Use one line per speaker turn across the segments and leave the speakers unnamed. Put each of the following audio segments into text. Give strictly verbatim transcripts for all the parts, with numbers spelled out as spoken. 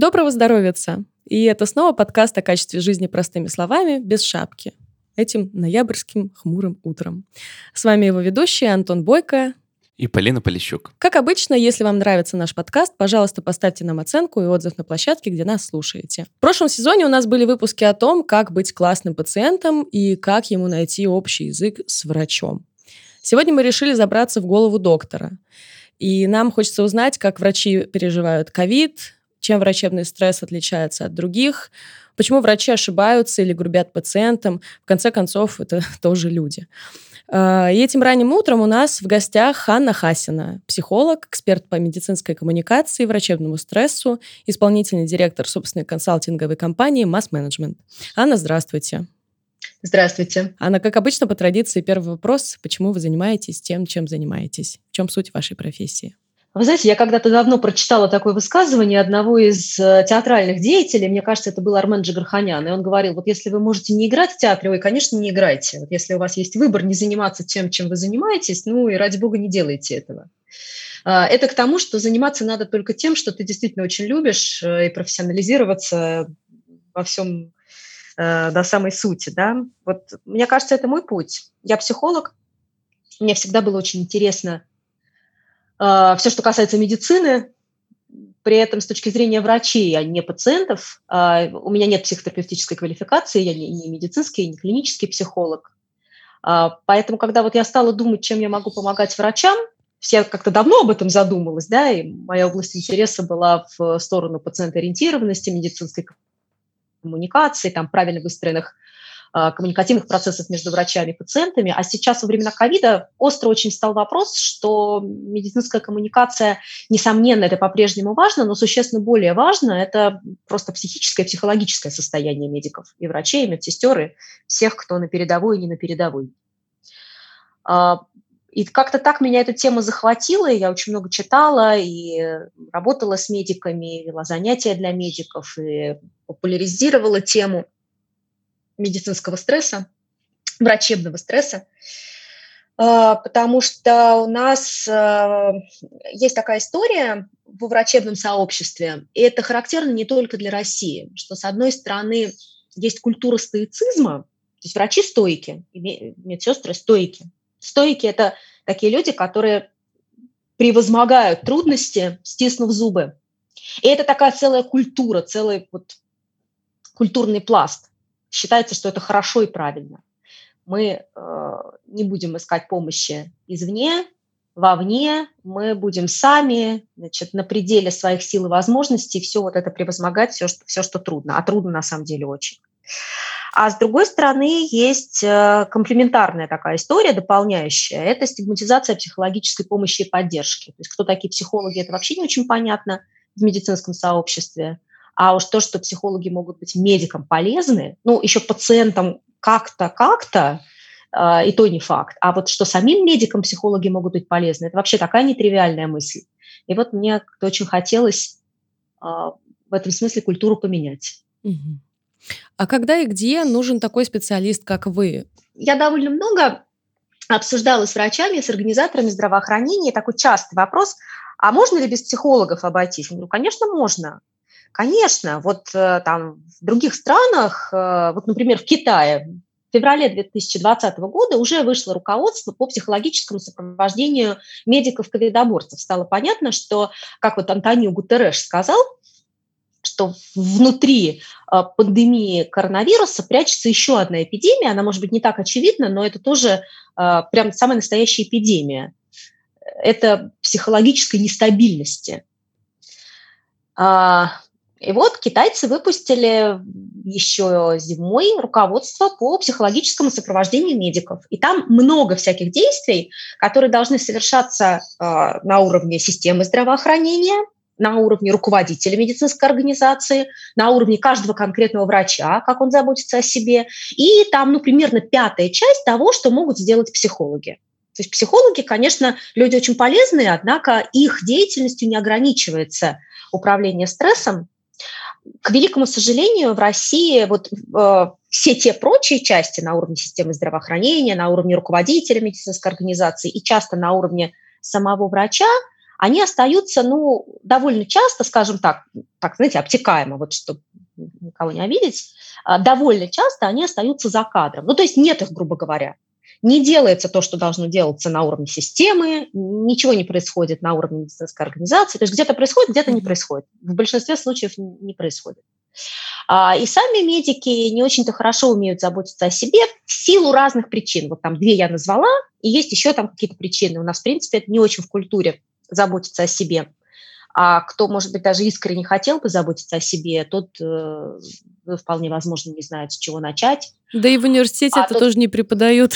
Доброго здоровица! И это снова подкаст о качестве жизни простыми словами, без шапки. Этим ноябрьским хмурым утром. С вами его ведущие Антон Бойко
и Полина Полищук.
Как обычно, если вам нравится наш подкаст, пожалуйста, поставьте нам оценку и отзыв на площадке, где нас слушаете. В прошлом сезоне у нас были выпуски о том, как быть классным пациентом и как ему найти общий язык с врачом. Сегодня мы решили забраться в голову доктора. И нам хочется узнать, как врачи переживают ковид, чем врачебный стресс отличается от других, почему врачи ошибаются или грубят пациентам. В конце концов, это тоже люди. И этим ранним утром у нас в гостях Анна Хасина, психолог, эксперт по медицинской коммуникации, врачебному стрессу, исполнительный директор собственной консалтинговой компании Mass Management. Анна, здравствуйте.
Здравствуйте.
Анна, как обычно, по традиции, первый вопрос. Почему вы занимаетесь тем, чем занимаетесь? В чем суть вашей профессии?
Вы знаете, я когда-то давно прочитала такое высказывание одного из э, театральных деятелей, мне кажется, это был Армен Джигарханян, и он говорил, вот если вы можете не играть в театре, вы, конечно, не играйте. Вот если у вас есть выбор не заниматься тем, чем вы занимаетесь, ну и ради бога не делайте этого. Э, это к тому, что заниматься надо только тем, что ты действительно очень любишь, э, и профессионализироваться во всем э, до самой сути. Да? Вот, мне кажется, это мой путь. Я психолог, мне всегда было очень интересно все, что касается медицины, при этом с точки зрения врачей, а не пациентов. У меня нет психотерапевтической квалификации, я не медицинский, не клинический психолог. Поэтому, когда вот я стала думать, чем я могу помогать врачам, я как-то давно об этом задумалась, да, и моя область интереса была в сторону пациентоориентированности, медицинской коммуникации, там, правильно выстроенных коммуникативных процессов между врачами и пациентами. А сейчас во времена ковида остро очень стал вопрос, что медицинская коммуникация, несомненно, это по-прежнему важно, но существенно более важно это просто психическое, психологическое состояние медиков и врачей, и медсестер, и всех, кто на передовой и не на передовой. И как-то так меня эта тема захватила, и я очень много читала, и работала с медиками, вела занятия для медиков, и популяризировала тему медицинского стресса, врачебного стресса, потому что у нас есть такая история во врачебном сообществе, и это характерно не только для России, что, с одной стороны, есть культура стоицизма, то есть врачи стойки, медсестры стойки. Стойки – это такие люди, которые превозмогают трудности, стиснув зубы. И это такая целая культура, целый вот культурный пласт. Считается, что это хорошо и правильно. Мы э, не будем искать помощи извне, вовне, мы будем сами, значит, на пределе своих сил и возможностей все вот это превозмогать, все, что, все, что трудно. А трудно на самом деле очень. А с другой стороны, есть э, комплементарная такая история, дополняющая. Это стигматизация психологической помощи и поддержки. То есть кто такие психологи, это вообще не очень понятно в медицинском сообществе. А уж то, что психологи могут быть медикам полезны, ну, еще пациентам как-то, как-то, э, и то не факт. А вот что самим медикам психологи могут быть полезны, это вообще такая нетривиальная мысль. И вот мне как-то очень хотелось э, в этом смысле культуру поменять.
Угу. А когда и где нужен такой специалист, как вы?
Я довольно много обсуждала с врачами, с организаторами здравоохранения такой частый вопрос, а можно ли без психологов обойтись? Я говорю, конечно, можно. Конечно, вот там в других странах, вот, например, в Китае, в феврале две тысячи двадцатого года уже вышло руководство по психологическому сопровождению медиков-ковидоборцев. Стало понятно, что, как вот Антонио Гутерреш сказал, что внутри пандемии коронавируса прячется еще одна эпидемия, она может быть не так очевидна, но это тоже прям самая настоящая эпидемия. Это психологической нестабильности. И вот китайцы выпустили еще зимой руководство по психологическому сопровождению медиков. И там много всяких действий, которые должны совершаться э, на уровне системы здравоохранения, на уровне руководителя медицинской организации, на уровне каждого конкретного врача, как он заботится о себе. И там, ну, примерно пятая часть того, что могут сделать психологи. То есть психологи, конечно, люди очень полезные, однако их деятельностью не ограничивается управление стрессом. К великому сожалению, в России вот э, все те прочие части на уровне системы здравоохранения, на уровне руководителя медицинской организации и часто на уровне самого врача, они остаются, ну, довольно часто, скажем так, так, знаете, обтекаемо, вот чтобы никого не обидеть, довольно часто они остаются за кадром. Ну, то есть нет их, грубо говоря. Не делается то, что должно делаться на уровне системы, ничего не происходит на уровне медицинской организации. То есть где-то происходит, где-то не происходит. В большинстве случаев не происходит. И сами медики не очень-то хорошо умеют заботиться о себе в силу разных причин. Вот там две я назвала, и есть еще там какие-то причины. У нас, в принципе, это не очень в культуре заботиться о себе. А кто, может быть, даже искренне хотел бы заботиться о себе, тот э, вполне возможно не знает, с чего начать.
Да и в университете
а
это
тот...
тоже не преподают.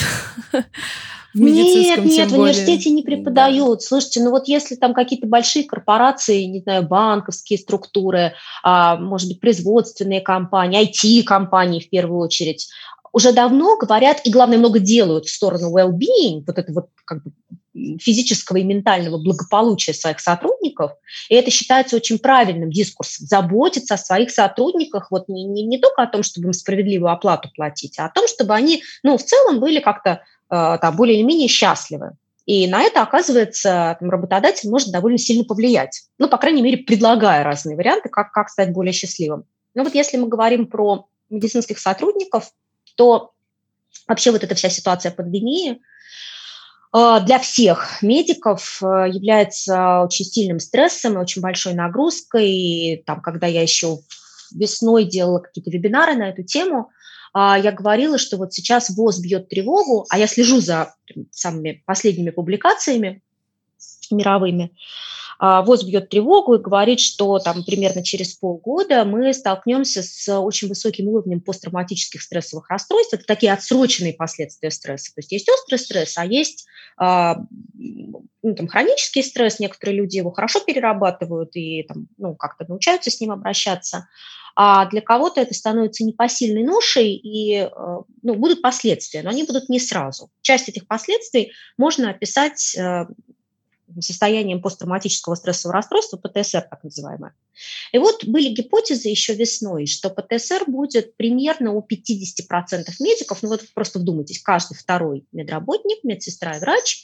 В
Нет,
медицинском
нет,
тем
в
более.
университете не
Да.
преподают. Слушайте, ну вот если там какие-то большие корпорации, не знаю, банковские структуры, а, может быть, производственные компании, ай ти-компании в первую очередь, уже давно говорят и, главное, много делают в сторону well-being, вот это вот как бы физического и ментального благополучия своих сотрудников, и это считается очень правильным дискурсом. Заботиться о своих сотрудниках вот не, не, не только о том, чтобы им справедливую оплату платить, а о том, чтобы они, ну, в целом были как-то э, там, более или менее счастливы. И на это, оказывается, там, работодатель может довольно сильно повлиять. Ну, по крайней мере, предлагая разные варианты, как, как стать более счастливым. Но вот если мы говорим про медицинских сотрудников, то вообще вот эта вся ситуация пандемии для всех медиков является очень сильным стрессом и очень большой нагрузкой. И там, когда я еще весной делала какие-то вебинары на эту тему, я говорила, что вот сейчас ВОЗ бьет тревогу, а я слежу за самыми последними публикациями мировыми. ВОЗ бьет тревогу и говорит, что там примерно через полгода мы столкнемся с очень высоким уровнем посттравматических стрессовых расстройств. Это такие отсроченные последствия стресса. То есть есть острый стресс, а есть а, ну, там, хронический стресс. Некоторые люди его хорошо перерабатывают и там, ну, как-то научаются с ним обращаться. А для кого-то это становится непосильной ношей, и ну, будут последствия, но они будут не сразу. Часть этих последствий можно описать состоянием посттравматического стрессового расстройства, пэ тэ эс эр так называемое. И вот были гипотезы еще весной, что пэ тэ эс эр будет примерно у пятьдесят процентов медиков, ну вот просто вдумайтесь, каждый второй медработник, медсестра и врач,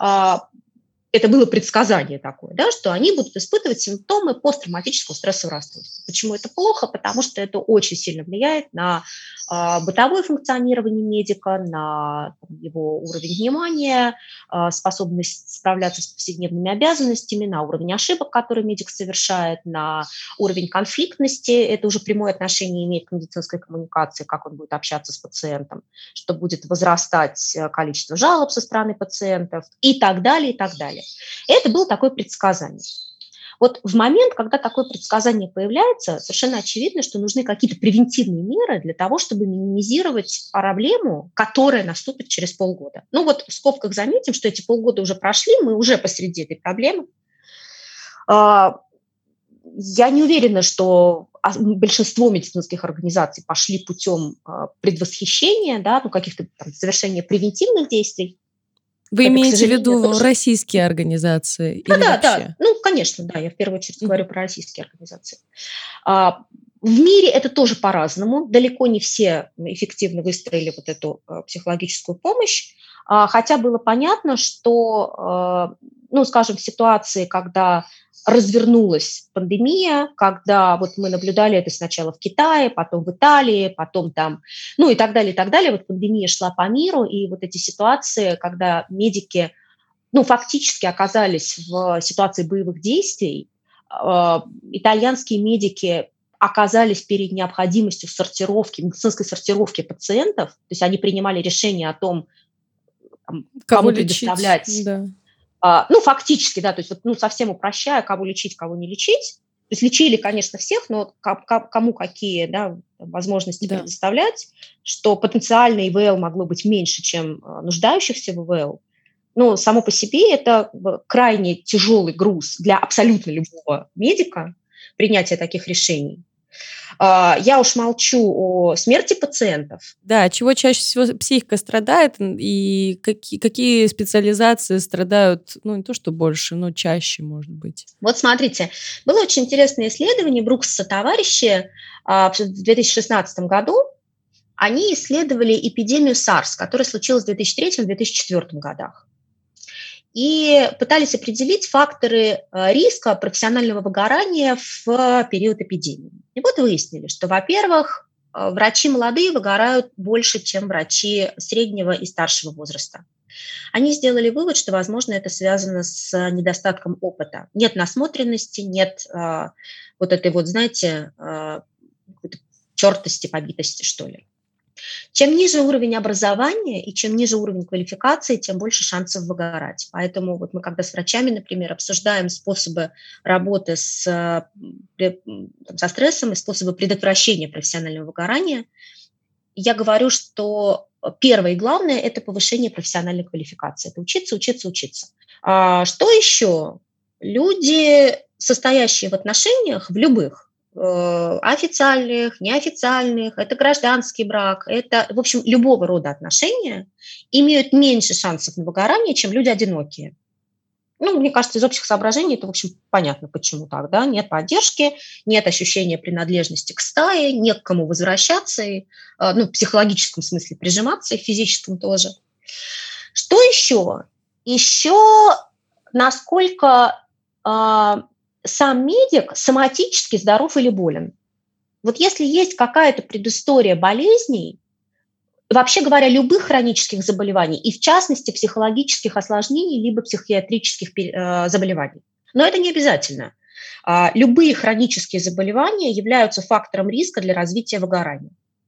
это было предсказание такое, да, что они будут испытывать симптомы посттравматического стрессового расстройства. Почему это плохо? Потому что это очень сильно влияет на э, бытовое функционирование медика, на там, его уровень внимания, э, способность справляться с повседневными обязанностями, на уровень ошибок, которые медик совершает, на уровень конфликтности. Это уже прямое отношение имеет к медицинской коммуникации, как он будет общаться с пациентом, что будет возрастать количество жалоб со стороны пациентов и так далее, и так далее. Это было такое предсказание. Вот в момент, когда такое предсказание появляется, совершенно очевидно, что нужны какие-то превентивные меры для того, чтобы минимизировать проблему, которая наступит через полгода. Ну вот в скобках заметим, что эти полгода уже прошли, мы уже посреди этой проблемы. Я не уверена, что большинство медицинских организаций пошли путем предвосхищения, да, ну, каких-то там, совершения превентивных действий.
Вы
Это,
имеете в виду
тоже...
российские организации?
Да,
или
да,
вообще?
да. Ну, конечно, да, я в первую очередь mm-hmm. говорю про российские организации. А, в мире это тоже по-разному. Далеко не все эффективно выстроили вот эту а, психологическую помощь. А, хотя было понятно, что, а, ну, скажем, в ситуации, когда развернулась пандемия, когда вот мы наблюдали это сначала в Китае, потом в Италии, потом там, ну и так далее, и так далее. Вот пандемия шла по миру, и вот эти ситуации, когда медики, ну, фактически оказались в ситуации боевых действий, э, итальянские медики оказались перед необходимостью сортировки, медицинской сортировки пациентов, то есть они принимали решение о том, там,
кого
кому
лечить,
предоставлять...
Да.
Uh, ну, фактически, да, то есть, вот, ну, совсем упрощая, кого лечить, кого не лечить. То есть лечили, конечно, всех, но кому какие, да, возможности да. предоставлять, что потенциально и вэ эл могло быть меньше, чем нуждающихся в вэ эл. Но само по себе это крайне тяжелый груз для абсолютно любого медика принятия таких решений. Я уж молчу о смерти пациентов.
Да, чего чаще всего психика страдает, и какие, какие специализации страдают, ну, не то что больше, но чаще, может быть.
Вот смотрите, было очень интересное исследование Брукса товарищи в две тысячи шестнадцатом году. Они исследовали эпидемию SARS, которая случилась в две тысячи третьем - две тысячи четвёртом годах. и пытались определить факторы риска профессионального выгорания в период эпидемии. И вот выяснили, что, во-первых, врачи молодые выгорают больше, чем врачи среднего и старшего возраста. Они сделали вывод, что, возможно, это связано с недостатком опыта. Нет насмотренности, нет э, вот этой вот, знаете, э, тертости, побитости, что ли. Чем ниже уровень образования и чем ниже уровень квалификации, тем больше шансов выгорать. Поэтому вот мы когда с врачами, например, обсуждаем способы работы с, со стрессом и способы предотвращения профессионального выгорания, я говорю, что первое и главное – это повышение профессиональной квалификации. Это учиться, учиться, учиться. А что еще? Люди, состоящие в отношениях, в любых, официальных, неофициальных, это гражданский брак, это, в общем, любого рода отношения, имеют меньше шансов на выгорание, чем люди одинокие. Ну, мне кажется, из общих соображений это, в общем, понятно, почему так, да, нет поддержки, нет ощущения принадлежности к стае, не к кому возвращаться, и, ну, в психологическом смысле прижиматься, и в физическом тоже. Что еще? Еще насколько э, сам медик соматически здоров или болен. Вот если есть какая-то предыстория болезней, вообще говоря, любых хронических заболеваний, и в частности психологических осложнений, либо психиатрических э, заболеваний. Но это не обязательно. А, любые хронические заболевания являются фактором риска для развития выгорания.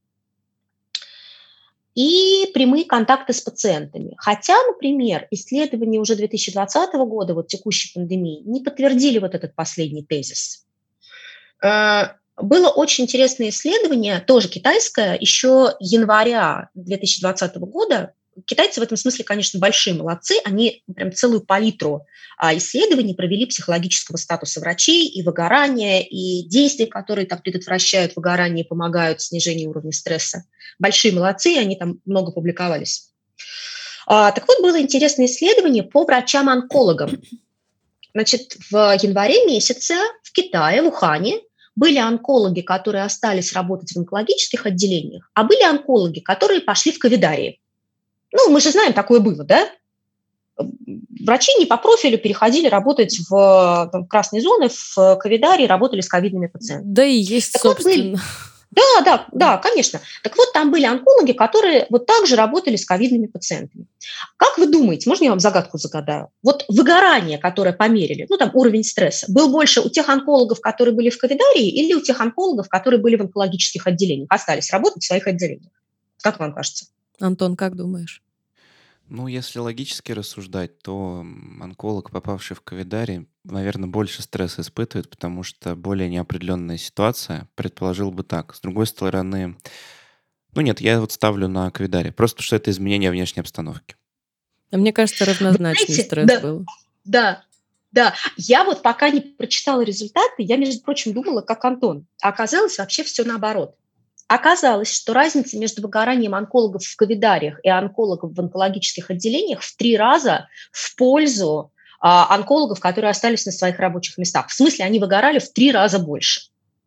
И прямые контакты с пациентами. Хотя, например, исследования уже две тысячи двадцатого года, вот текущей пандемии, не подтвердили вот этот последний тезис. Было очень интересное исследование, тоже китайское, еще января две тысячи двадцатого года. Китайцы в этом смысле, конечно, большие молодцы. Они прям целую палитру исследований провели психологического статуса врачей и выгорания, и действий, которые там предотвращают выгорание и помогают снижению уровня стресса. Большие молодцы, они там много публиковались. Так вот, было интересное исследование по врачам-онкологам. Значит, в январе месяце в Китае, в Ухане, были онкологи, которые остались работать в онкологических отделениях, а были онкологи, которые пошли в ковидарии. Ну, мы же знаем, такое было, да? Врачи не по профилю переходили работать в там, красные зоны, в ковидарии, работали с ковидными пациентами.
Да и есть, так собственно.
Вот были... Да, да, да, конечно. Так вот, там были онкологи, которые вот так же работали с ковидными пациентами. Как вы думаете, можно я вам загадку загадаю? Вот выгорание, которое померили, ну там уровень стресса, был больше у тех онкологов, которые были в ковидарии, или у тех онкологов, которые были в онкологических отделениях, остались работать в своих отделениях? Как вам кажется?
Антон, как думаешь?
Ну, если логически рассуждать, то онколог, попавший в ковидарий, наверное, больше стресса испытывает, потому что более неопределенная ситуация, предположил бы так. С другой стороны, ну нет, я вот ставлю на ковидарий, просто потому что это изменение внешней обстановки.
А мне кажется, равнозначный
знаете,
стресс
да,
был.
Да, да. Я вот пока не прочитала результаты, я, между прочим, думала, как Антон. А оказалось вообще все наоборот. Оказалось, что разница между выгоранием онкологов в ковидариях и онкологов в онкологических отделениях в три раза в пользу а, онкологов, которые остались на своих рабочих местах. В смысле, они выгорали в три раза больше.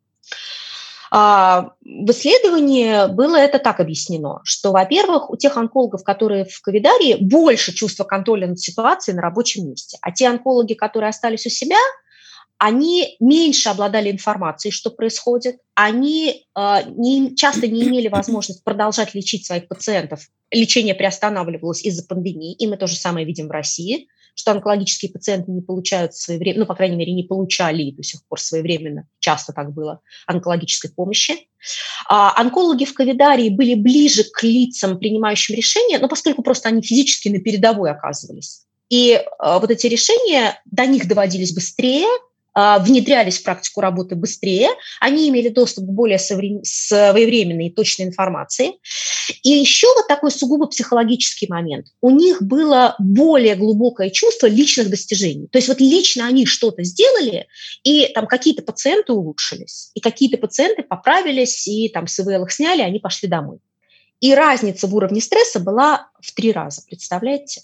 А, в исследовании было это так объяснено, что, во-первых, у тех онкологов, которые в ковидарии, больше чувства контроля над ситуацией на рабочем месте, а те онкологи, которые остались у себя, они меньше обладали информацией, что происходит, они э, не, часто не имели возможности продолжать лечить своих пациентов. Лечение приостанавливалось из-за пандемии, и мы то же самое видим в России, что онкологические пациенты не получают своевременно, ну, по крайней мере, не получали до сих пор своевременно, часто так было, онкологической помощи. А онкологи в ковидарии были ближе к лицам, принимающим решения, ну, поскольку просто они физически на передовой оказывались. И э, вот эти решения до них доводились быстрее, внедрялись в практику работы быстрее, они имели доступ к более своевременной и точной информации. И еще вот такой сугубо психологический момент. У них было более глубокое чувство личных достижений. То есть вот лично они что-то сделали, и там какие-то пациенты улучшились, и какие-то пациенты поправились, и там с ИВЛ их сняли, они пошли домой. И разница в уровне стресса была в три раза, представляете?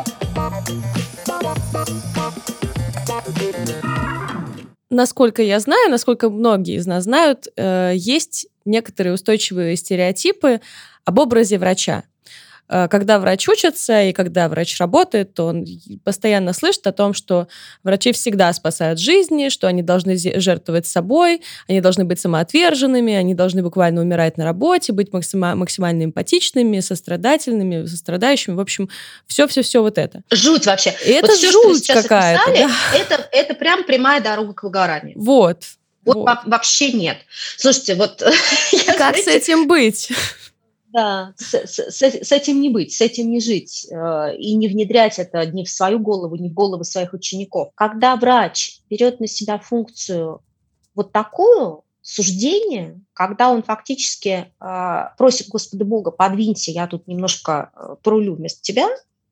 Насколько я знаю, насколько многие из нас знают, э, есть некоторые устойчивые стереотипы об образе врача. э, когда врач учится и когда врач работает, то он и постоянно слышит о том, что врачи всегда спасают жизни, что они должны зе- жертвовать собой, они должны быть самоотверженными, они должны буквально умирать на работе, быть максима- максимально эмпатичными, сострадательными, сострадающими. В общем, все-все-все вот это.
Жуть вообще.
И
Вот
это
все, что вы
жуть
сейчас
какая-то,
описали,
да.
это, это прям прямая дорога к выгоранию.
Вот,
Вот
вот.
во- вообще нет. Слушайте, вот я,
Как с
знаете,
этим быть?
да, с, с- с эт- с этим не быть, с этим не жить э, и не внедрять это ни в свою голову, ни в головы своих учеников. Когда врач берет на себя функцию вот такую, суждение, когда он фактически э, просит Господа Бога, подвинься, я тут немножко э, порулю вместо тебя,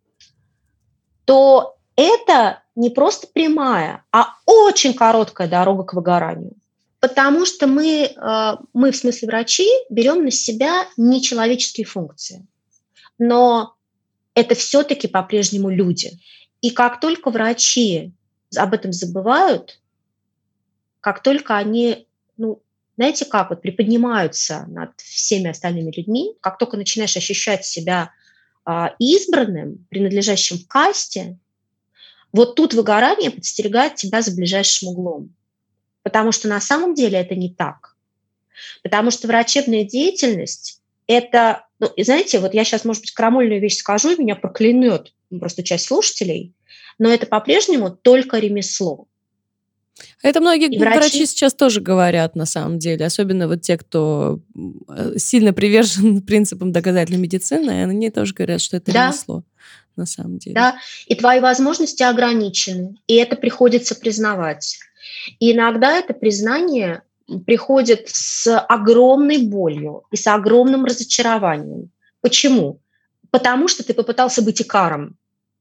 то это не просто прямая, а очень короткая дорога к выгоранию. Потому что мы, э, мы, в смысле врачи, берем на себя нечеловеческие функции. Но это все-таки по-прежнему люди. И как только врачи об этом забывают, как только они, ну, знаете как, вот приподнимаются над всеми остальными людьми, как только начинаешь ощущать себя а, избранным, принадлежащим к касте, вот тут выгорание подстерегает тебя за ближайшим углом. Потому что на самом деле это не так. Потому что врачебная деятельность– это, ну, и знаете, вот я сейчас, может быть, крамольную вещь скажу, и меня проклянет просто часть слушателей, но это по-прежнему только ремесло.
Это многие
И
врачи
врачи,
сейчас тоже говорят, на самом деле. Особенно вот те, кто м, э, сильно привержен принципам доказательной медицины, они тоже говорят, что это
да,
ремесло, на самом деле.
да, и твои возможности ограничены, и это приходится признавать. И иногда это признание приходит с огромной болью и с огромным разочарованием. Почему? Потому что ты попытался быть икаром.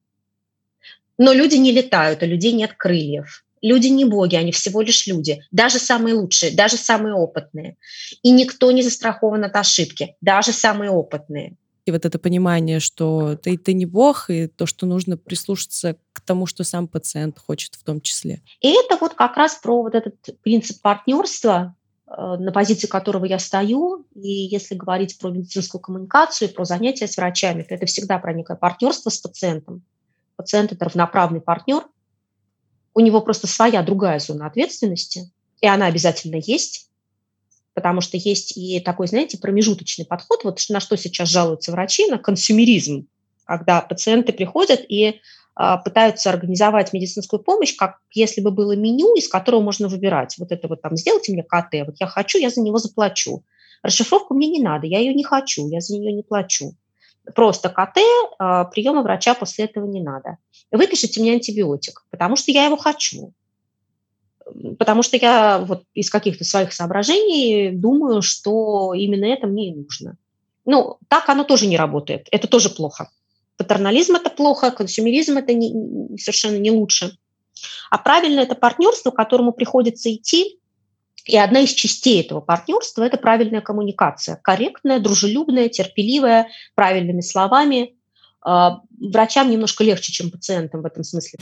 Но люди не летают, у людей нет крыльев. Люди не боги, они всего лишь люди. Даже самые лучшие, даже самые опытные. И никто не застрахован от ошибки, даже самые опытные.
И вот это понимание, что ты, ты не бог, и то, что нужно прислушаться к тому, что сам пациент хочет в том числе.
И это вот как раз про вот этот принцип партнерства, э, на позиции которого я стою. И если говорить про медицинскую коммуникацию, про занятия с врачами, то это всегда про некое партнерство с пациентом. Пациент– это равноправный партнер, у него просто своя другая зона ответственности, и она обязательно есть, потому что есть и такой, знаете, промежуточный подход, вот на что сейчас жалуются врачи, на консюмеризм, когда пациенты приходят и а, пытаются организовать медицинскую помощь, как если бы было меню, из которого можно выбирать. Вот это вот там, сделайте мне ка тэ, вот я хочу, я за него заплачу. Расшифровку мне не надо, я ее не хочу, я за нее не плачу. Просто ка тэ, а, приема врача после этого не надо. Выпишите мне антибиотик, потому что я его хочу. Потому что я вот из каких-то своих соображений думаю, что именно это мне и нужно. Ну, так оно тоже не работает. Это тоже плохо. Патернализм– это плохо, консюмеризм– это не, не- совершенно не лучше. А правильно это партнерство, к которому приходится идти. И одна из частей этого партнерства– это правильная коммуникация. Корректная, дружелюбная, терпеливая, правильными словами. А, Врачам немножко легче, чем пациентам в этом смысле.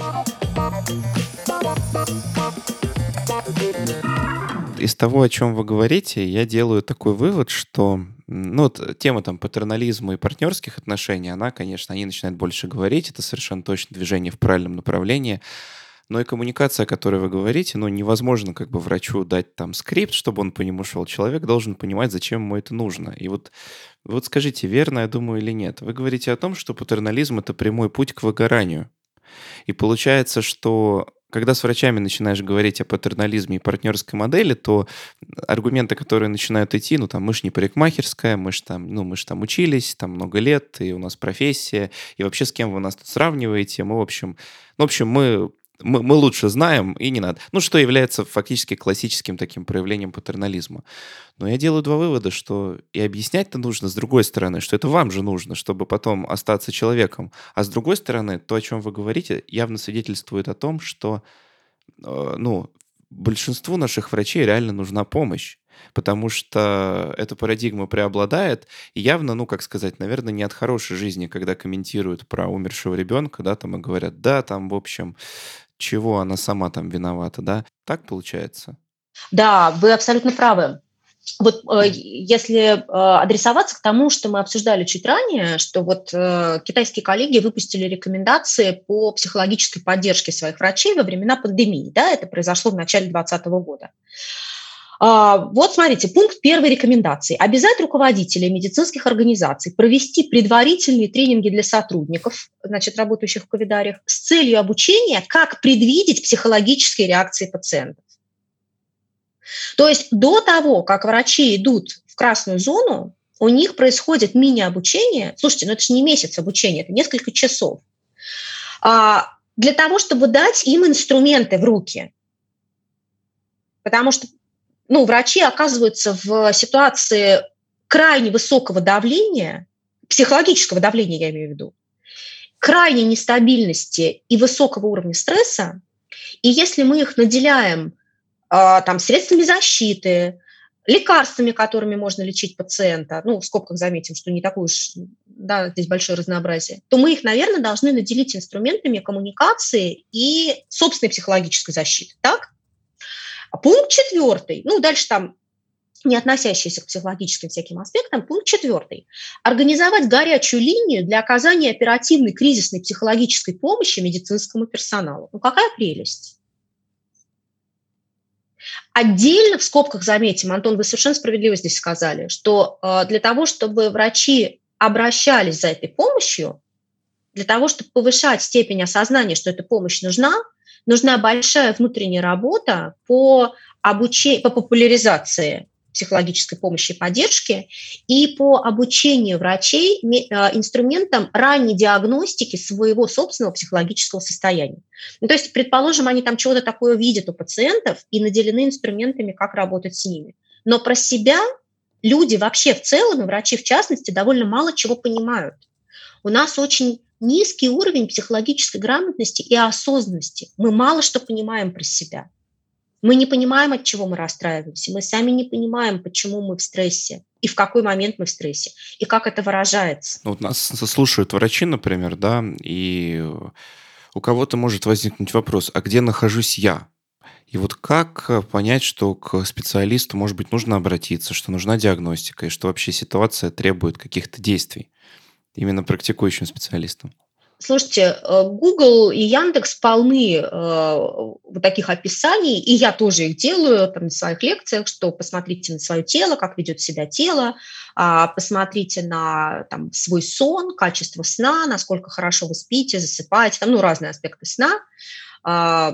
Из того, о чем вы говорите, я делаю такой вывод, что м, ну, вот тема там патернализма и партнерских отношений, она, конечно, они начинают больше говорить, это совершенно точно движение в правильном направлении, но и коммуникация, о которой вы говорите, ну, невозможно как бы врачу дать там скрипт, чтобы он по нему шел. Человек должен понимать, зачем ему это нужно. И вот, вот скажите, верно я думаю или нет? Вы говорите о том, что патернализм– это прямой путь к выгоранию. И получается, что когда с врачами начинаешь говорить о патернализме и партнерской модели, то аргументы, которые начинают идти, ну там мы ж не парикмахерская, мы ж там, ну мы ж там учились, там много лет, и у нас профессия, и вообще с кем вы нас тут сравниваете, мы в общем, ну, в общем, мы мы, мы лучше знаем, и не надо. Ну, что является фактически классическим таким проявлением патернализма. Но я делаю два вывода, что и объяснять-то нужно с другой стороны, что это вам же нужно, чтобы потом остаться человеком. А с другой стороны, то, о чем вы говорите, явно свидетельствует о том, что э, ну, большинству наших врачей реально нужна помощь. Потому что эта парадигма преобладает, и явно, ну, как сказать, наверное, не от хорошей жизни, когда комментируют про умершего ребенка, да, там и говорят, да, там, в общем, чего она сама там виновата, да? Так получается?
Да, вы абсолютно правы. Вот э, если э, адресоваться к тому, что мы обсуждали чуть ранее, что вот э, китайские коллеги выпустили рекомендации по психологической поддержке своих врачей во времена пандемии, да, это произошло в начале двадцатого года. А, вот смотрите, пункт первой рекомендации. Обязать руководителей медицинских организаций провести предварительные тренинги для сотрудников, значит, работающих в ковидариях, с целью обучения, как предвидеть психологические реакции пациентов. То есть до того, как врачи идут в красную зону, у них происходит мини-обучение. Слушайте, ну это же не месяц обучения, это несколько часов. А, для того, чтобы дать им инструменты в руки. Потому что ну, врачи оказываются в ситуации крайне высокого давления, психологического давления, я имею в виду, крайней нестабильности и высокого уровня стресса. И если мы их наделяем там, средствами защиты, лекарствами, которыми можно лечить пациента, ну, в скобках заметим, что не такое уж, да, здесь большое разнообразие, то мы их, наверное, должны наделить инструментами коммуникации и собственной психологической защиты, так? А пункт четвертый, ну, дальше там не относящийся к психологическим всяким аспектам, пункт четвертый. Организовать горячую линию для оказания оперативной кризисной психологической помощи медицинскому персоналу. Ну, какая прелесть! Отдельно, в скобках заметим, Антон, вы совершенно справедливо здесь сказали, что э, для того, чтобы врачи обращались за этой помощью, для того, чтобы повышать степень осознания, что эта помощь нужна, нужна большая внутренняя работа по обучению, по популяризации психологической помощи и поддержки и по обучению врачей инструментам ранней диагностики своего собственного психологического состояния. Ну, то есть, предположим, они там чего-то такое видят у пациентов и наделены инструментами, как работать с ними. Но про себя люди вообще в целом, и врачи в частности, довольно мало чего понимают. У нас очень низкий уровень психологической грамотности и осознанности. Мы мало что понимаем про себя. Мы не понимаем, от чего мы расстраиваемся. Мы сами не понимаем, почему мы в стрессе и в какой момент мы в стрессе, и как это выражается.
Ну, вот нас слушают врачи, например, да, и у кого-то может возникнуть вопрос, а где нахожусь я? И вот как понять, что к специалисту, может быть, нужно обратиться, что нужна диагностика, и что вообще ситуация требует каких-то действий именно практикующим специалистам?
Слушайте, Google и Яндекс полны э, вот таких описаний, и я тоже их делаю там, на своих лекциях, что посмотрите на свое тело, как ведет себя тело, э, посмотрите на там, свой сон, качество сна, насколько хорошо вы спите, засыпаете, там, ну, разные аспекты сна, э,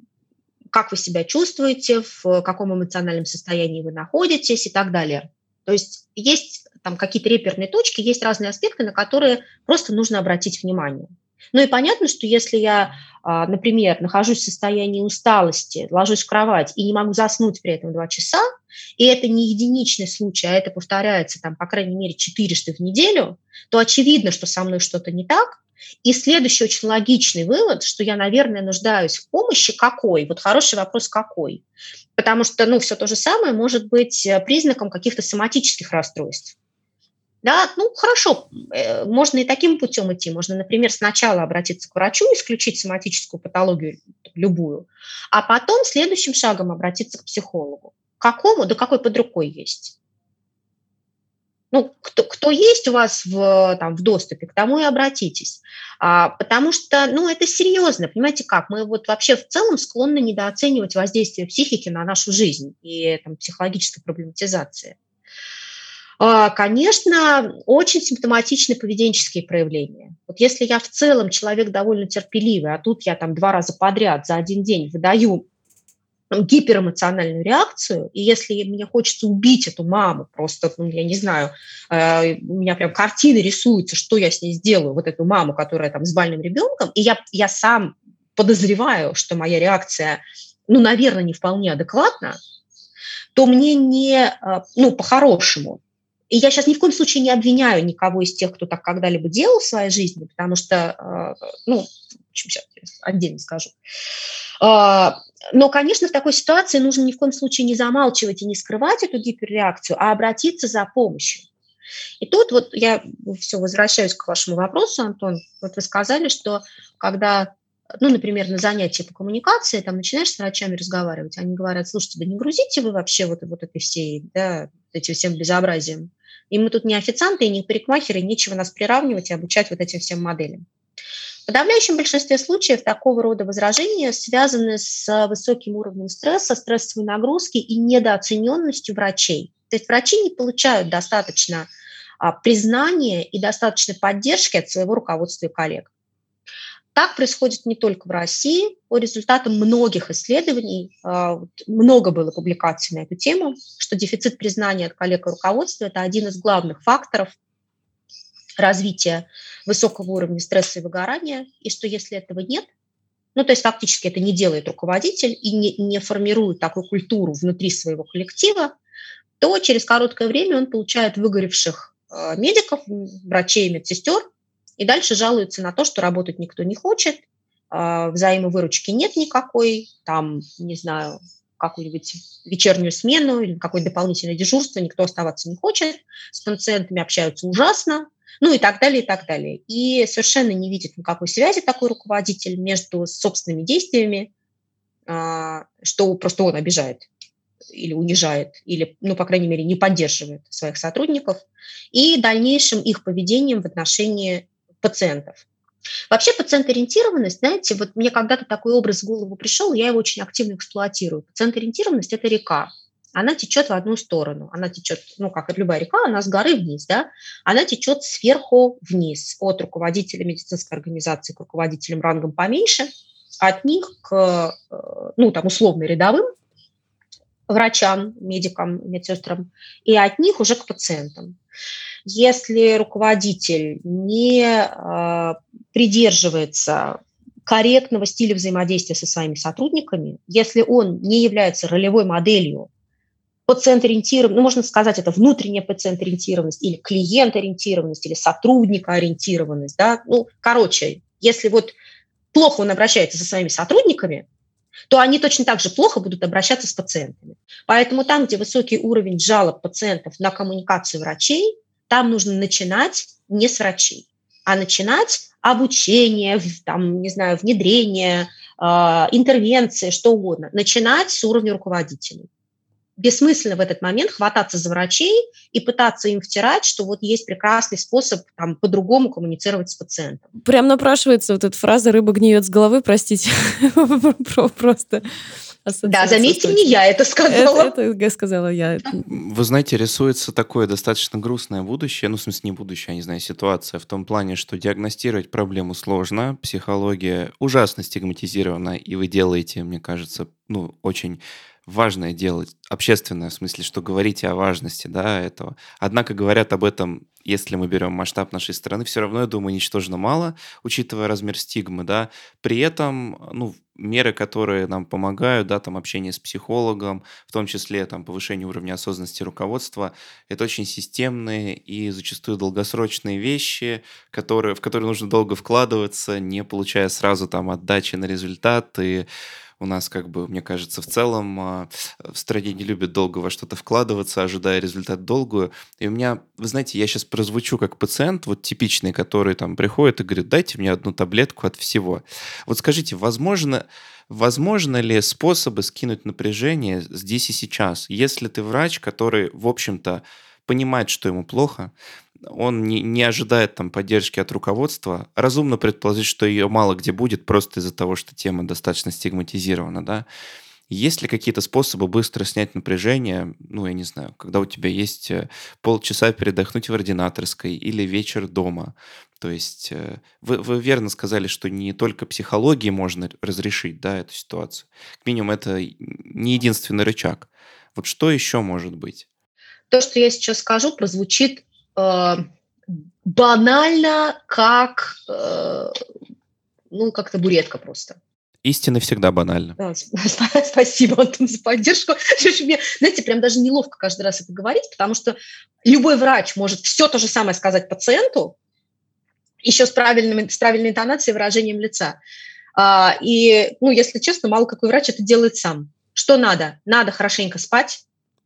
как вы себя чувствуете, в каком эмоциональном состоянии вы находитесь и так далее. То есть есть там какие-то реперные точки, есть разные аспекты, на которые просто нужно обратить внимание. Ну и понятно, что если я, например, нахожусь в состоянии усталости, ложусь в кровать и не могу заснуть при этом два часа, и это не единичный случай, а это повторяется, там, по крайней мере, четырежды в неделю, то очевидно, что со мной что-то не так. И следующий очень логичный вывод, что я, наверное, нуждаюсь в помощи какой? Вот хороший вопрос, какой? Потому что, ну, все то же самое может быть признаком каких-то соматических расстройств. Да, ну, хорошо, можно и таким путем идти. Можно, например, сначала обратиться к врачу, исключить соматическую патологию любую, а потом следующим шагом обратиться к психологу. Какому? Да какой под рукой есть. Ну, кто, кто есть у вас в, там, в доступе, к тому и обратитесь. А, потому что, ну, это серьезно, понимаете как? Мы вот вообще в целом склонны недооценивать воздействие психики на нашу жизнь и там, психологической проблематизации. А, конечно, очень симптоматичны поведенческие проявления. Вот если я в целом человек довольно терпеливый, а тут я там два раза подряд за один день выдаю гиперэмоциональную реакцию, и если мне хочется убить эту маму, просто, ну, я не знаю, э, у меня прям картины рисуются, что я с ней сделаю, вот эту маму, которая там с больным ребенком, и я, я сам подозреваю, что моя реакция, ну, наверное, не вполне адекватна, то мне не, э, ну, по-хорошему. И я сейчас ни в коем случае не обвиняю никого из тех, кто так когда-либо делал в своей жизни, потому что, э, ну, в общем, сейчас отдельно скажу. Э, Но, конечно, в такой ситуации нужно ни в коем случае не замалчивать и не скрывать эту гиперреакцию, а обратиться за помощью. И тут вот я все возвращаюсь к вашему вопросу, Антон. Вот вы сказали, что когда ну, например, на занятии по коммуникации, там начинаешь с врачами разговаривать, они говорят: слушайте, да не грузите вы вообще вот, вот этой всей, да, этим всем безобразием. И мы тут не официанты, и не парикмахеры, и нечего нас приравнивать и обучать вот этим всем моделям. В подавляющем большинстве случаев такого рода возражения связаны с высоким уровнем стресса, стрессовой нагрузки и недооцененностью врачей. То есть врачи не получают достаточно а, признания и достаточной поддержки от своего руководства и коллег. Так происходит не только в России. По результатам многих исследований, а, вот много было публикаций на эту тему, что дефицит признания от коллег и руководства – это один из главных факторов развития высокого уровня стресса и выгорания, и что если этого нет, ну, то есть фактически это не делает руководитель и не, не формирует такую культуру внутри своего коллектива, то через короткое время он получает выгоревших э, медиков, врачей, медсестер, и дальше жалуется на то, что работать никто не хочет, э, взаимовыручки нет никакой, там, не знаю, какую-нибудь вечернюю смену или какое-то дополнительное дежурство, никто оставаться не хочет, с пациентами общаются ужасно, ну и так далее, и так далее. И совершенно не видит никакой связи такой руководитель между собственными действиями, что просто он обижает или унижает, или, ну, по крайней мере, не поддерживает своих сотрудников, и дальнейшим их поведением в отношении пациентов. Вообще пациент-ориентированность, знаете, вот мне когда-то такой образ в голову пришел, я его очень активно эксплуатирую. Пациент-ориентированность – это река. Она течет в одну сторону. Она течет, ну, как и любая река, она с горы вниз, да? Она течет сверху вниз, от руководителя медицинской организации к руководителям рангом поменьше, от них к, ну, там, условно рядовым врачам, медикам, медсестрам, и от них уже к пациентам. Если руководитель не э, придерживается корректного стиля взаимодействия со своими сотрудниками, если он не является ролевой моделью пациент-ориентированность, ну, можно сказать, это внутренняя пациент-ориентированность или клиент-ориентированность, или сотрудник-ориентированность, да, ну, короче, если вот плохо он обращается со своими сотрудниками, то они точно так же плохо будут обращаться с пациентами. Поэтому там, где высокий уровень жалоб пациентов на коммуникацию врачей, там нужно начинать не с врачей, а начинать обучение, там, не знаю, внедрение, э, интервенции, что угодно, начинать с уровня руководителей. Бессмысленно в этот момент хвататься за врачей и пытаться им втирать, что вот есть прекрасный способ там, по-другому коммуницировать с пациентом.
Прям напрашивается вот эта фраза «рыба гниет с головы», простите, просто.
Да, заметьте, не я это сказала.
Это, это сказала я.
Вы знаете, рисуется такое достаточно грустное будущее, ну, в смысле, не будущее, а, не знаю, ситуация в том плане, что диагностировать проблему сложно, психология ужасно стигматизирована, и вы делаете, мне кажется, ну, очень важное дело, общественное, в смысле, что говорите о важности, да, этого. Однако говорят об этом, если мы берем масштаб нашей страны, все равно, я думаю, ничтожно мало, учитывая размер стигмы, да. При этом, ну, меры, которые нам помогают, да, там общение с психологом, в том числе там повышение уровня осознанности руководства, это очень системные и зачастую долгосрочные вещи, которые, в которые нужно долго вкладываться, не получая сразу там отдачи на результат. И у нас, как бы, мне кажется, в целом в стране не любят долго во что-то вкладываться, ожидая результат долгую. И у меня, вы знаете, я сейчас прозвучу как пациент, вот типичный, который там приходит и говорит: дайте мне одну таблетку от всего. Вот скажите, возможно, возможно ли способы скинуть напряжение здесь и сейчас, если ты врач, который, в общем-то, понимает, что ему плохо, он не, не ожидает там поддержки от руководства, разумно предположить, что ее мало где будет, просто из-за того, что тема достаточно стигматизирована, да? Есть ли какие-то способы быстро снять напряжение, ну, я не знаю, когда у тебя есть полчаса передохнуть в ординаторской или вечер дома? То есть вы, вы верно сказали, что не только психологией можно разрешить, да, эту ситуацию. К минимуму это не единственный рычаг. Вот что еще может быть?
То, что я сейчас скажу, прозвучит э, банально, как, э, ну, как табуретка просто.
Истина всегда банальна.
Да, спасибо, Антон, за поддержку. Мне, знаете, прям даже неловко каждый раз это говорить, потому что любой врач может все то же самое сказать пациенту, еще с, правильным, с правильной интонацией и выражением лица. А, и, ну, если честно, мало какой врач это делает сам. Что надо? Надо хорошенько спать,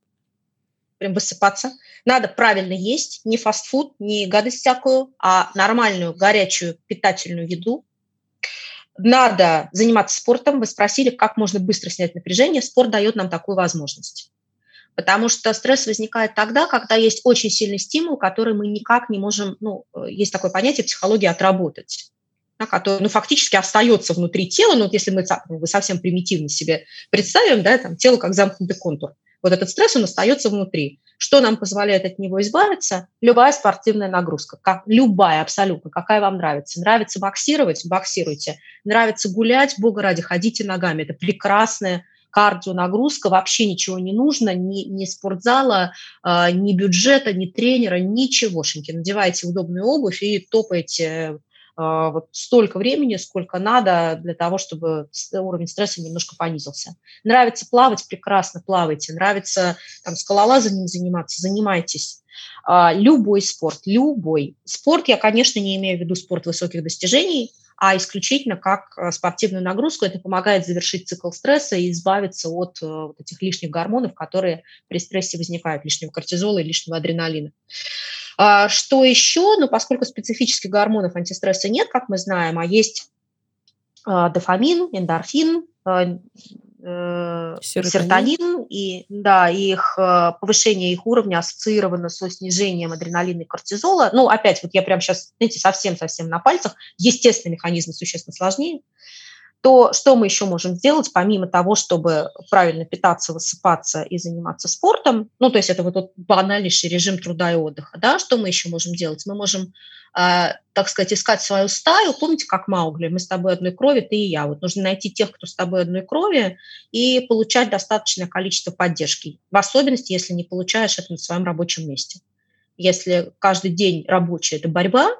прям высыпаться. Надо правильно есть, не фастфуд, не гадость всякую, а нормальную, горячую, питательную еду. надо заниматься спортом. Вы спросили, как можно быстро снять напряжение. Спорт дает нам такую возможность. Потому что стресс возникает тогда, когда есть очень сильный стимул, который мы никак не можем, ну, есть такое понятие психологии отработать, да, который, ну, фактически остается внутри тела. Ну, вот если мы, мы совсем примитивно себе представим, да, там, тело как замкнутый контур, вот этот стресс, он остается внутри. Что нам позволяет от него избавиться? Любая спортивная нагрузка, как, любая абсолютно, какая вам нравится. Нравится боксировать? Боксируйте. Нравится гулять? Бога ради, ходите ногами. Это прекрасная кардионагрузка, вообще ничего не нужно, ни, ни спортзала, э, ни бюджета, ни тренера, ничегошеньки. Надевайте удобную обувь и топаете э, вот столько времени, сколько надо для того, чтобы уровень стресса немножко понизился. Нравится плавать? Прекрасно плавайте. Нравится там, скалолазанием заниматься? Занимайтесь. Э, любой спорт, любой. Спорт я, конечно, не имею в виду спорт высоких достижений, а исключительно как спортивную нагрузку. Это помогает завершить цикл стресса и избавиться от э, вот этих лишних гормонов, которые при стрессе возникают, лишнего кортизола и лишнего адреналина. А, что еще? Ну, поскольку специфических гормонов антистресса нет, как мы знаем, а есть э, дофамин, эндорфин, э,
Серотонин.
серотонин, и да, их э, повышение их уровня ассоциировано со снижением адреналина и кортизола. Ну, опять, вот я прямо сейчас, знаете, совсем-совсем на пальцах, естественно, механизмы существенно сложнее. То что мы еще можем сделать, помимо того, чтобы правильно питаться, высыпаться и заниматься спортом, ну, то есть это вот тот банальнейший режим труда и отдыха, да, что мы еще можем делать? Мы можем, э, так сказать, искать свою стаю. Помните, как Маугли, мы с тобой одной крови, ты и я. Вот нужно найти тех, кто с тобой одной крови, и получать достаточное количество поддержки, в особенности, если не получаешь это на своем рабочем месте. Если каждый день рабочий – это борьба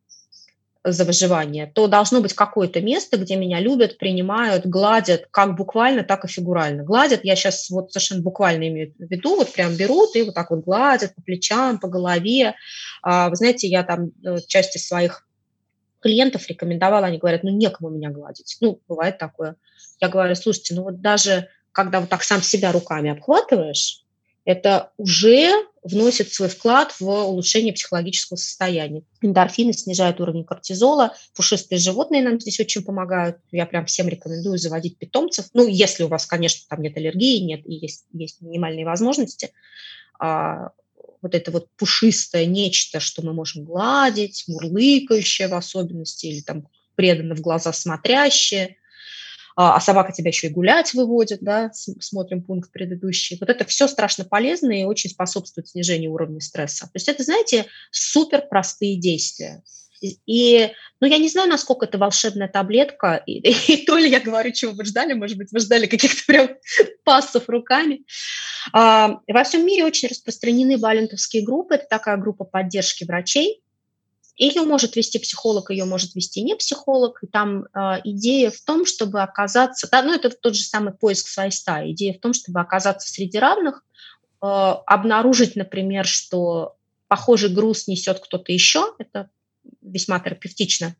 за выживание, то должно быть какое-то место, где меня любят, принимают, гладят, как буквально, так и фигурально. Гладят, я сейчас вот совершенно буквально имею в виду, вот прям берут и вот так вот гладят по плечам, по голове. А, вы знаете, я там части своих клиентов рекомендовала, они говорят, ну, некому меня гладить. Ну, бывает такое. Я говорю, слушайте, ну вот даже когда вот так сам себя руками обхватываешь, это уже вносит свой вклад в улучшение психологического состояния. Эндорфины снижают уровень кортизола, пушистые животные нам здесь очень помогают. Я прям всем рекомендую заводить питомцев. Ну, если у вас, конечно, там нет аллергии, нет, и есть, есть минимальные возможности. А, вот это вот пушистое нечто, что мы можем гладить, мурлыкающее в особенности, или там преданно в глаза смотрящее, а собака тебя еще и гулять выводит, да, смотрим пункт предыдущий. Вот это все страшно полезно и очень способствует снижению уровня стресса. То есть это, знаете, супер простые действия. И, ну, я не знаю, насколько это волшебная таблетка, и, и то ли я говорю, чего вы ждали, может быть, вы ждали каких-то прям пассов руками. А, во всем мире очень распространены балентовские группы, это такая группа поддержки врачей. Ее может вести психолог, ее может вести не психолог. И там э, идея в том, чтобы оказаться... Да, ну, это тот же самый поиск своей стаи. Идея в том, чтобы оказаться среди равных, э, обнаружить, например, что похожий груз несет кто-то еще. Это весьма терапевтично,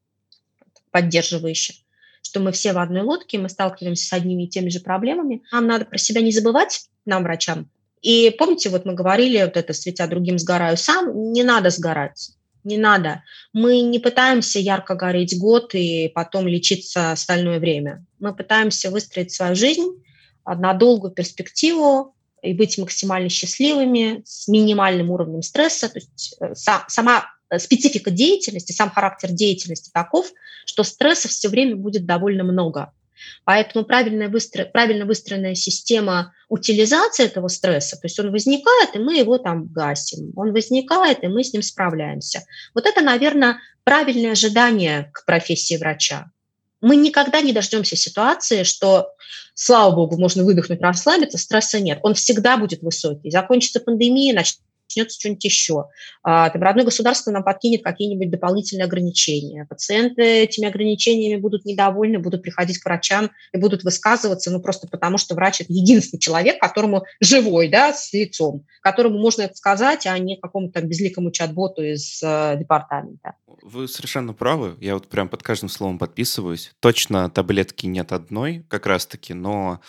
поддерживающе. Что мы все в одной лодке, мы сталкиваемся с одними и теми же проблемами. Нам надо про себя не забывать, нам, врачам. И помните, вот мы говорили, вот это «светя другим, сгораю сам». Не надо сгорать. Не надо. Мы не пытаемся ярко гореть год и потом лечиться остальное время. Мы пытаемся выстроить свою жизнь на долгую перспективу и быть максимально счастливыми, с минимальным уровнем стресса. То есть сама специфика деятельности, сам характер деятельности таков, что стресса все время будет довольно много. Поэтому правильно, выстро... правильно выстроенная система утилизации этого стресса, то есть он возникает, и мы его там гасим, он возникает, и мы с ним справляемся. Вот это, наверное, правильное ожидание к профессии врача. Мы никогда не дождемся ситуации, что, слава богу, можно выдохнуть, расслабиться, стресса нет. Он всегда будет высокий. Закончится пандемия, начнется что-нибудь еще. А, там родное государство нам подкинет какие-нибудь дополнительные ограничения. Пациенты этими ограничениями будут недовольны, будут приходить к врачам и будут высказываться, ну, просто потому, что врач – это единственный человек, которому живой, да, с лицом, которому можно это сказать, а не какому-то безликому чат-боту из э, департамента.
Вы совершенно правы. Я вот прям под каждым словом подписываюсь. Точно таблетки нет одной, как раз-таки, но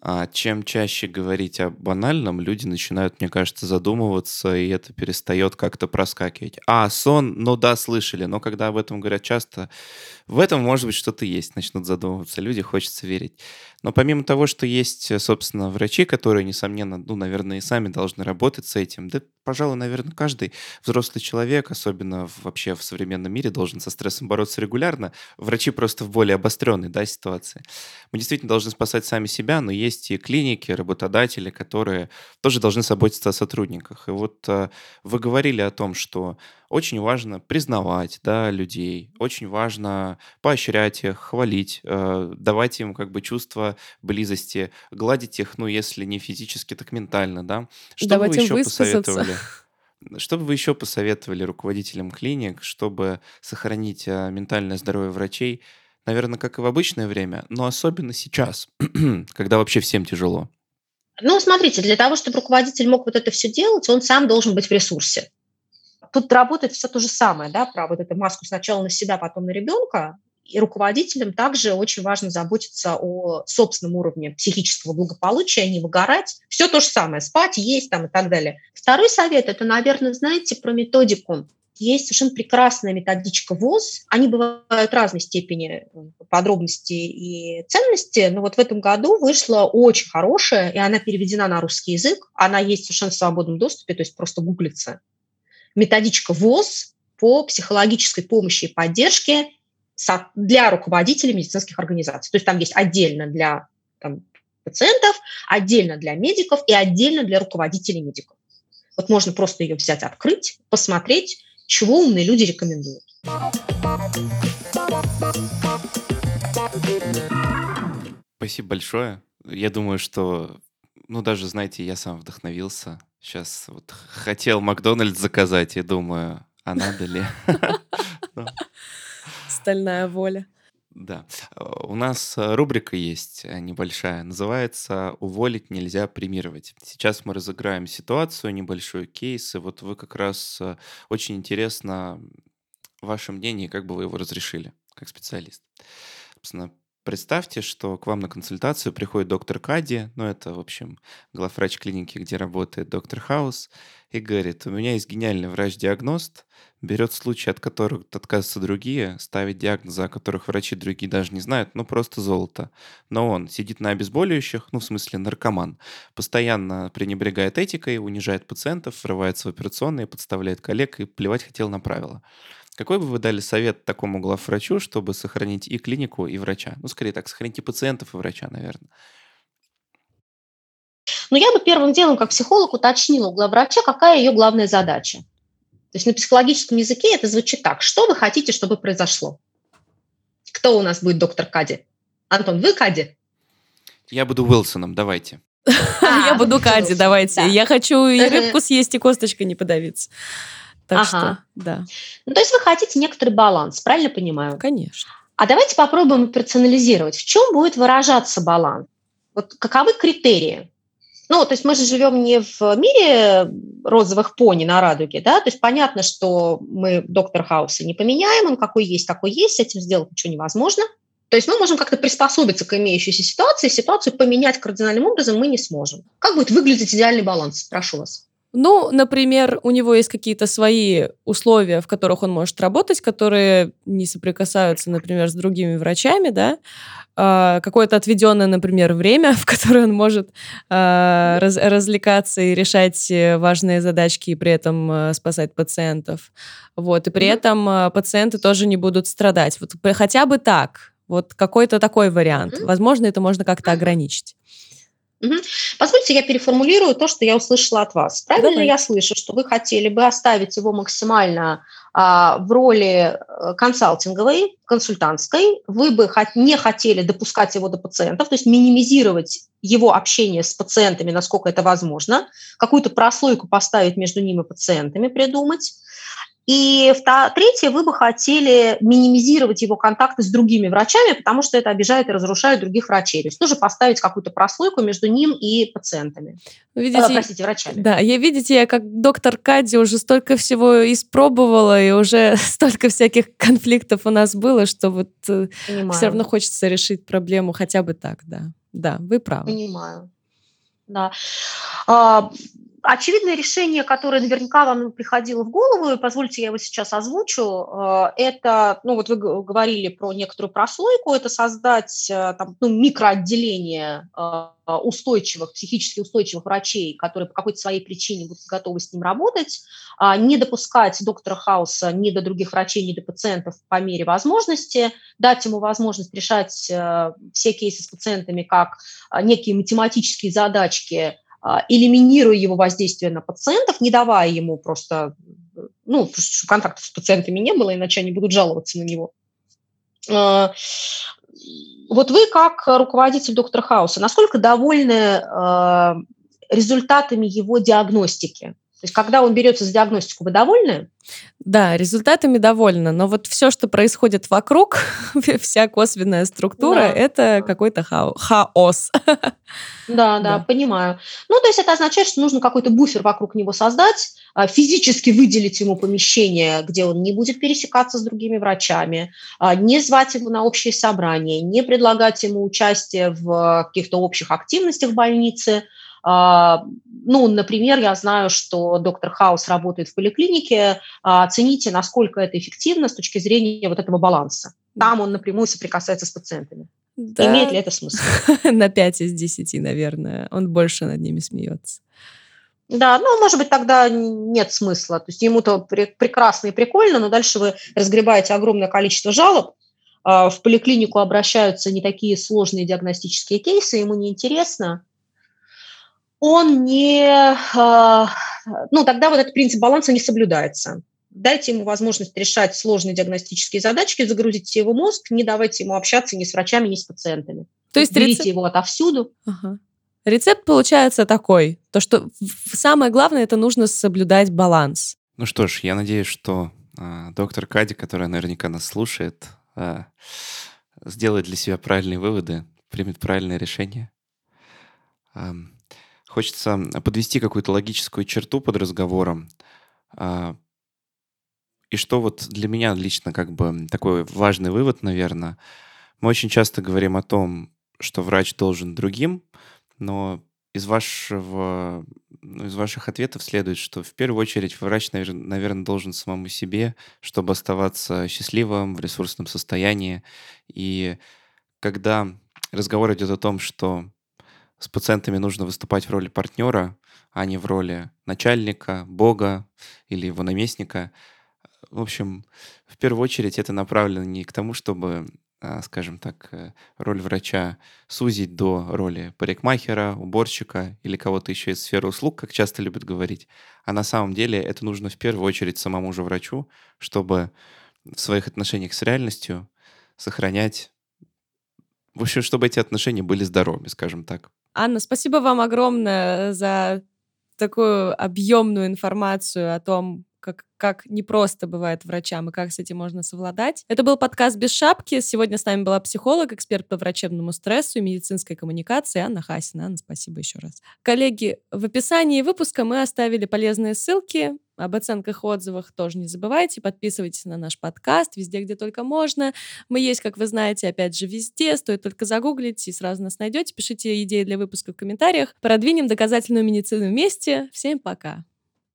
А чем чаще говорить о банальном, люди начинают, мне кажется, задумываться, и это перестает как-то проскакивать. А, сон, ну да, слышали, но когда об этом говорят часто, в этом, может быть, что-то есть, начнут задумываться. Люди, хочется верить. Но помимо того, что есть, э, собственно, врачи, которые, несомненно, ну, наверное, и сами должны работать с этим, да, пожалуй, наверное, каждый взрослый человек, особенно в- вообще в современном мире, должен со стрессом бороться регулярно. Врачи просто в более обостренной, да, ситуации. Мы действительно должны спасать сами себя, но есть и клиники, работодатели, которые тоже должны заботиться о сотрудниках. И вот э, вы говорили о том, что очень важно признавать, да, людей, очень важно поощрять их, хвалить, э, давать им как бы чувство близости, гладить их, ну, если не физически, так ментально, да. Что бы вы
Давать им
еще
высказаться.
посоветовали? Что бы вы еще посоветовали руководителям клиник, чтобы сохранить э, ментальное здоровье врачей, наверное, как и в обычное время, но особенно сейчас, когда вообще всем тяжело?
Ну, смотрите, для того, чтобы руководитель мог вот это все делать, он сам должен быть в ресурсе. Тут работает все то же самое, да, про вот эту маску сначала на себя, потом на ребенка. И руководителям также очень важно заботиться о собственном уровне психического благополучия, не выгорать. Все то же самое, спать, есть там и так далее. Второй совет – это, наверное, знаете, про методику. Есть совершенно прекрасная методичка ВОЗ. Они бывают разной степени э, подробности и ценности, но вот в этом году вышла очень хорошая, и она переведена на русский язык. Она есть совершенно в свободном доступе, то есть просто гуглится. Методичка ВОЗ по психологической помощи и поддержке со- для руководителей медицинских организаций. То есть там есть отдельно для там, пациентов, отдельно для медиков и отдельно для руководителей медиков. Вот можно просто ее взять, открыть, посмотреть, чего умные люди рекомендуют.
Спасибо большое. Я думаю, что, ну, даже, знаете, я сам вдохновился. Сейчас вот хотел Макдональдс заказать и думаю, а надо ли? Ну,
Стальная воля.
да. Э, У нас э, рубрика есть э, небольшая, называется «Уволить нельзя премировать». Сейчас мы разыграем ситуацию, небольшой кейс, и вот вы как раз э, очень интересно ваше мнение, как бы вы его разрешили, как специалист. Собственно, представьте, что к вам на консультацию приходит доктор Кади, ну, это, в общем, главврач клиники, где работает доктор Хаус, и говорит, у меня есть гениальный врач-диагност, берет случаи, от которых отказываются другие, ставит диагнозы, о которых врачи другие даже не знают, ну, просто золото. Но он сидит на обезболивающих, ну, в смысле наркоман, постоянно пренебрегает этикой, унижает пациентов, врывается в операционные, подставляет коллег и плевать хотел на правила. Какой бы вы дали совет такому главврачу, чтобы сохранить и клинику, и врача? Ну, скорее так, сохранить и пациентов, и врача, наверное.
Но я бы первым делом, как психолог, уточнила у главврача, какая ее главная задача. То есть на психологическом языке это звучит так. Что вы хотите, чтобы произошло? Кто у нас будет доктор Кади? Антон, вы Кади?
Я буду Уилсоном, давайте.
Я
А,
буду
вы
Кади,
Уилсон,
давайте.
да.
Я хочу и
Мгм.
рыбку съесть, и косточкой не подавиться. Так что,
Ага.
да,
Ну, то есть вы хотите некоторый баланс, правильно понимаю?
конечно.
А давайте попробуем персонализировать. В чем будет выражаться баланс? Вот каковы критерии? Ну, то есть мы же живем не в мире розовых пони на радуге, да, то есть понятно, что мы доктор Хауса не поменяем, он какой есть, такой есть, с этим сделать ничего невозможно. То есть мы можем как-то приспособиться к имеющейся ситуации, ситуацию поменять кардинальным образом мы не сможем. Как будет выглядеть идеальный баланс? Прошу вас.
Ну, например, у него есть какие-то свои условия, в которых он может работать, которые не соприкасаются, например, с другими врачами, да. А, какое-то отведенное, например, время, в которое он может а, раз- развлекаться и решать э, важные задачки и при этом э, спасать пациентов. Вот. И при
Мгм.
этом э, пациенты тоже не будут страдать. Вот п- хотя бы так. Вот какой-то такой вариант.
Мгм.
Возможно, это можно как-то
Мгм.
ограничить.
Мгм. Позвольте, я переформулирую то, что я услышала от вас. Правильно ли я
Давайте.
слышу, что вы хотели бы оставить его максимально а, в роли э, консалтинговой, консультантской? Вы бы хот- не хотели допускать его до пациентов, то есть минимизировать его общение с пациентами, насколько это возможно, какую-то прослойку поставить между ним и пациентами, придумать. И вта- третье, вы бы хотели минимизировать его контакты с другими врачами, потому что это обижает и разрушает других врачей. То есть тоже поставить какую-то прослойку между ним и пациентами.
Вы
Э,
Видите,
простите, врачами.
да, я, видите, я как доктор Кади уже столько всего испробовала, и уже столько всяких конфликтов у нас было, что вот все равно
Понимаю.
хочется решить проблему хотя бы так, да. Да, вы правы.
Понимаю. Да. А, очевидное решение, которое наверняка вам приходило в голову, и позвольте я его сейчас озвучу, а, это, ну вот вы г- говорили про некоторую прослойку, это создать а, там, ну, микроотделение а, устойчивых, психически устойчивых врачей, которые по какой-то своей причине будут готовы с ним работать, а, не допускать доктора Хауса ни до других врачей, ни до пациентов по мере возможности, дать ему возможность решать а, все кейсы с пациентами как а, некие математические задачки, а, элиминируя его воздействие на пациентов, не давая ему просто, ну, потому что контактов с пациентами не было, иначе они будут жаловаться на него. А, Вот вы, как руководитель доктора Хауса, насколько довольны а, результатами его диагностики? То есть, когда он берется за диагностику, вы довольны?
Да, результатами довольна, но вот все, что происходит вокруг, вся косвенная структура,
Да.
это какой-то хао- хаос.
Да, да,
Да.
понимаю. Ну, то есть это означает, что нужно какой-то буфер вокруг него создать, а, физически выделить ему помещение, где он не будет пересекаться с другими врачами, а, не звать его на общие собрания, не предлагать ему участие в каких-то общих активностях в больнице. А, Ну, например, я знаю, что доктор Хаус работает в поликлинике. А, Оцените, насколько это эффективно с точки зрения вот этого баланса. Там он напрямую соприкасается с пациентами. Имеет
Да,
ли это смысл?
на пять из десяти, наверное. Он больше над ними смеется.
Да, ну, может быть, тогда нет смысла. То есть ему-то пре- прекрасно и прикольно, но дальше вы разгребаете огромное количество жалоб, а, в поликлинику обращаются не такие сложные диагностические кейсы, ему неинтересно. Он не... а, Ну, тогда вот этот принцип баланса не соблюдается. Дайте ему возможность решать сложные диагностические задачки, загрузите его мозг, не давайте ему общаться ни с врачами, ни с пациентами.
То есть
Берите
рецепт...
его отовсюду.
Ага. Рецепт получается такой, то что в- самое главное, это нужно соблюдать баланс.
Ну что ж, я надеюсь, что а, доктор Кади, которая наверняка нас слушает, а, сделает для себя правильные выводы, примет правильное решение. Ам, Хочется подвести какую-то логическую черту под разговором. А, И что вот для меня лично как бы такой важный вывод, наверное. Мы очень часто говорим о том, что врач должен другим, но из вашего, ну, из ваших ответов следует, что в первую очередь врач, наверное, должен самому себе, чтобы оставаться счастливым, в ресурсном состоянии. И когда разговор идет о том, что с пациентами нужно выступать в роли партнера, а не в роли начальника, бога или его наместника, в общем, в первую очередь это направлено не к тому, чтобы, а, скажем так, э, роль врача сузить до роли парикмахера, уборщика или кого-то еще из сферы услуг, как часто любят говорить. А на самом деле это нужно в первую очередь самому же врачу, чтобы в своих отношениях с реальностью сохранять, в общем, чтобы эти отношения были здоровыми, скажем так.
Анна, спасибо вам огромное за такую объемную информацию о том, как, как непросто бывает врачам и как с этим можно совладать. Это был подкаст «Без шапки». Сегодня с нами была психолог, эксперт по врачебному стрессу и медицинской коммуникации Анна Хасина. Анна, спасибо еще раз. Коллеги, в описании выпуска мы оставили полезные ссылки. Об оценках и отзывах тоже не забывайте. Подписывайтесь на наш подкаст везде, где только можно. Мы есть, как вы знаете, опять же, везде. Стоит только загуглить, и сразу нас найдете. Пишите идеи для выпуска в комментариях. Продвинем доказательную медицину вместе. Всем пока.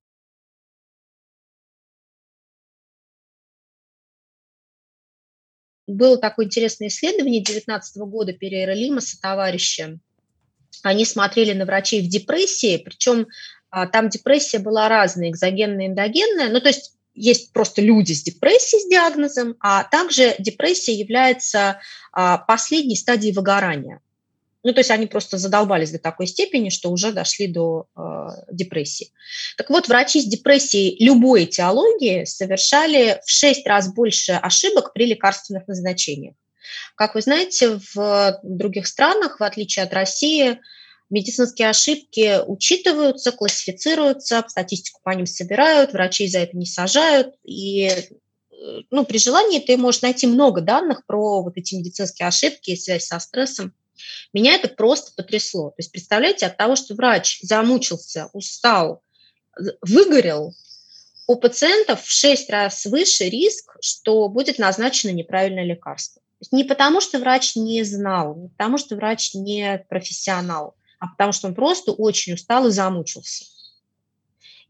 Было такое интересное исследование две тысячи девятнадцатого года Перейра Лимаса, товарищи. Они смотрели на врачей в депрессии, причем а, там депрессия была разная, экзогенная, эндогенная. Ну, то есть есть просто люди с депрессией, с диагнозом, а также депрессия является а, последней стадией выгорания. Ну, то есть они просто задолбались до такой степени, что уже дошли до э, депрессии. Так вот, врачи с депрессией любой этиологии совершали в шесть раз больше ошибок при лекарственных назначениях. Как вы знаете, в других странах, в отличие от России, медицинские ошибки учитываются, классифицируются, статистику по ним собирают, врачей за это не сажают. И э, ну, при желании ты можешь найти много данных про вот эти медицинские ошибки и связь со стрессом. Меня это просто потрясло. То есть, представляете, от того, что врач замучился, устал, выгорел, у пациентов в шесть раз выше риск, что будет назначено неправильное лекарство. есть не потому, что врач не знал, не потому, что врач не профессионал, а потому что он просто очень устал и замучился.